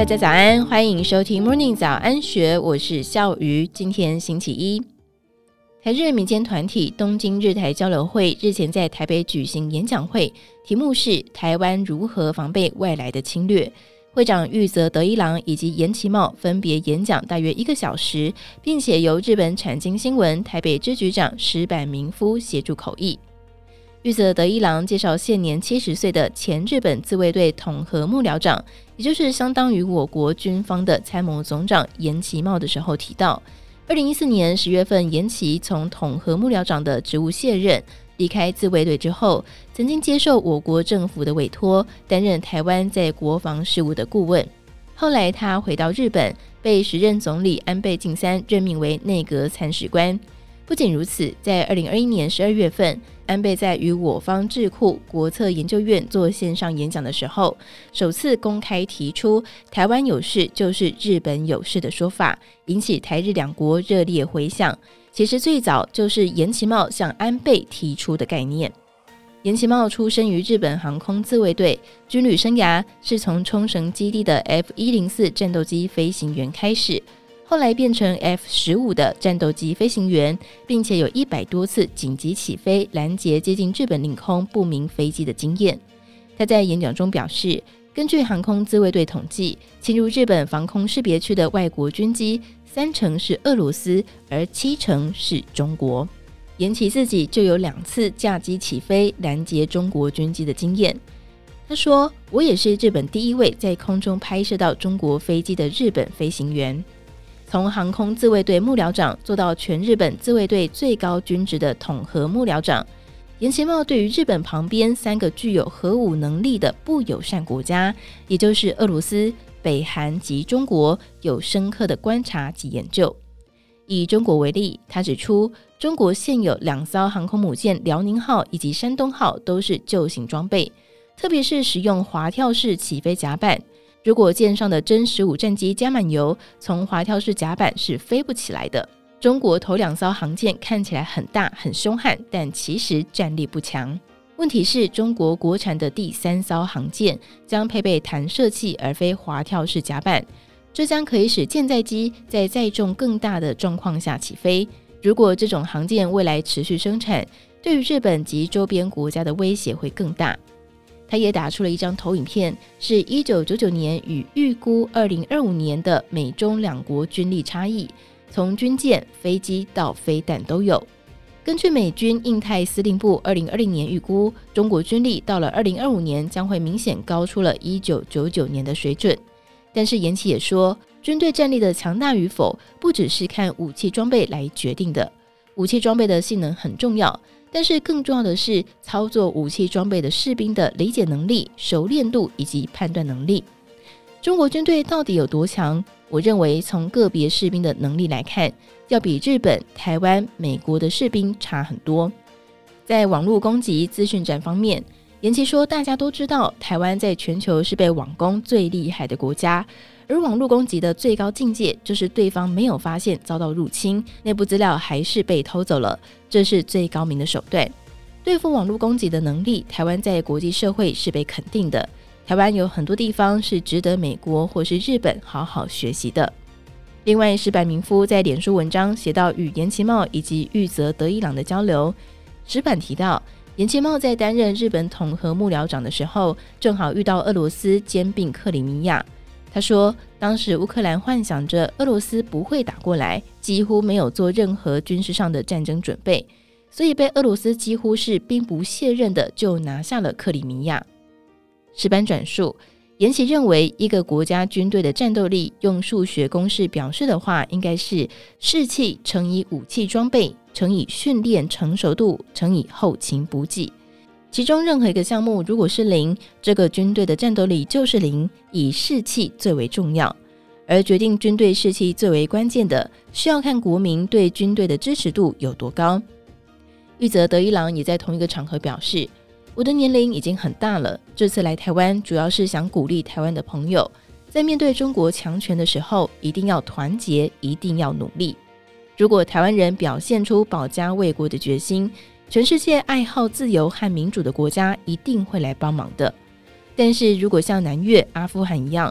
大家早安，欢迎收听 Morning 早安学，我是笑瑜。今天星期一，台日民间团体东京日台交流会日前在台北举行演讲会，题目是台湾如何防备外来的侵略。会长玉泽德一郎以及岩崎茂分别演讲大约1个小时，并且由日本产经新闻台北支局长石坂明夫协助口译。玉泽德一郎介绍现年70岁的前日本自卫队统合幕僚长，也就是相当于我国军方的参谋总长岩崎茂的时候提到，2014年10月份岩崎从统合幕僚长的职务卸任，离开自卫队之后，曾经接受我国政府的委托，担任台湾在国防事务的顾问。后来他回到日本，被时任总理安倍晋三任命为内阁参事官。不仅如此，在2021年12月份，安倍在与我方智库国策研究院做线上演讲的时候，首次公开提出台湾有事就是日本有事的说法，引起台日两国热烈回响。其实最早就是岩崎茂向安倍提出的概念。岩崎茂出生于日本航空自卫队，军旅生涯是从冲绳基地的 F-104 战斗机飞行员开始，后来变成 F-15 的战斗机飞行员，并且有100多次紧急起飞拦截接近日本领空不明飞机的经验。他在演讲中表示，根据航空自卫队统计，侵入日本防空识别区的外国军机30%是俄罗斯，而70%是中国。岩崎自己就有2次驾机起飞拦截中国军机的经验。他说，我也是日本第一位在空中拍摄到中国飞机的日本飞行员。从航空自卫队幕僚长做到全日本自卫队最高军职的统合幕僚长，岩崎茂对于日本旁边3个具有核武能力的不友善国家，也就是俄罗斯、北韩及中国，有深刻的观察及研究。以中国为例，他指出，中国现有2艘航空母舰辽宁号以及山东号都是旧型装备，特别是使用滑跳式起飞甲板。如果舰上的真15战机加满油，从滑跳式甲板是飞不起来的。中国头2艘航舰看起来很大很凶悍，但其实战力不强。问题是中国国产的第3艘航舰将配备弹射器而非滑跳式甲板，这将可以使舰载机在载重更大的状况下起飞。如果这种航舰未来持续生产，对于日本及周边国家的威胁会更大。他也打出了一张投影片，是1999年与预估2025年的美中2国军力差异，从军舰、飞机到飞弹都有。根据美军印太司令部2020年预估，中国军力到了2025年将会明显高出了1999年的水准。但是岩崎也说，军队战力的强大与否不只是看武器装备来决定的，武器装备的性能很重要，但是更重要的是操作武器装备的士兵的理解能力、熟练度以及判断能力。中国军队到底有多强？我认为从个别士兵的能力来看，要比日本、台湾、美国的士兵差很多。在网络攻击资讯战方面，岩崎说，大家都知道台湾在全球是被网攻最厉害的国家，而网络攻击的最高境界就是对方没有发现遭到入侵，内部资料还是被偷走了，这是最高明的手段。对付网络攻击的能力，台湾在国际社会是被肯定的。台湾有很多地方是值得美国或是日本好好学习的。另外，石坂明夫在脸书文章写到与岩崎茂以及玉泽德一郎的交流，石坂提到，岩崎茂在担任日本统合幕僚长的时候，正好遇到俄罗斯兼并克里米亚。他说，当时乌克兰幻想着俄罗斯不会打过来，几乎没有做任何军事上的战争准备，所以被俄罗斯几乎是兵不血刃的就拿下了克里米亚。石坂转述，岩崎认为一个国家军队的战斗力用数学公式表示的话，应该是士气乘以武器装备乘以训练成熟度乘以后勤补给，其中任何一个项目如果是0，这个军队的战斗力就是0，以士气最为重要。而决定军队士气最为关键的，需要看国民对军队的支持度有多高。玉泽德一郎也在同一个场合表示，我的年龄已经很大了，这次来台湾主要是想鼓励台湾的朋友，在面对中国强权的时候，一定要团结，一定要努力。如果台湾人表现出保家卫国的决心，全世界爱好自由和民主的国家一定会来帮忙的。但是如果像南越、阿富汗一样，自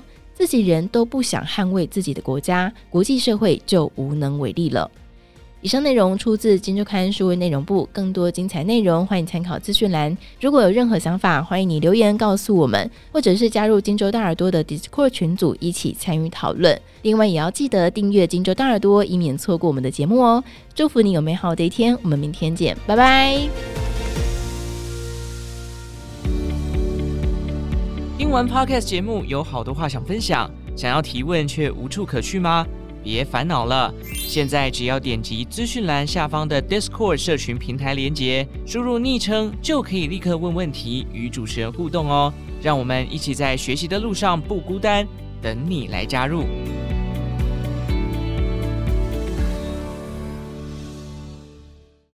自己人都不想捍卫自己的国家，国际社会就无能为力了。以上内容出自今周刊数位内容部，更多精彩内容欢迎参考资讯栏。如果有任何想法，欢迎你留言告诉我们，或者是加入今周大耳朵的 Discord 群组一起参与讨论。另外也要记得订阅今周大耳朵，以免错过我们的节目哦。祝福你有美好的一天，我们明天见，拜拜。 听完 Podcast 节目有好多话想分享，想要提问却无处可去吗？别烦恼了，现在只要点击资讯栏下方的 Discord 社群平台连结，输入昵称就可以立刻问问题，与主持人互动哦。让我们一起在学习的路上不孤单，等你来加入。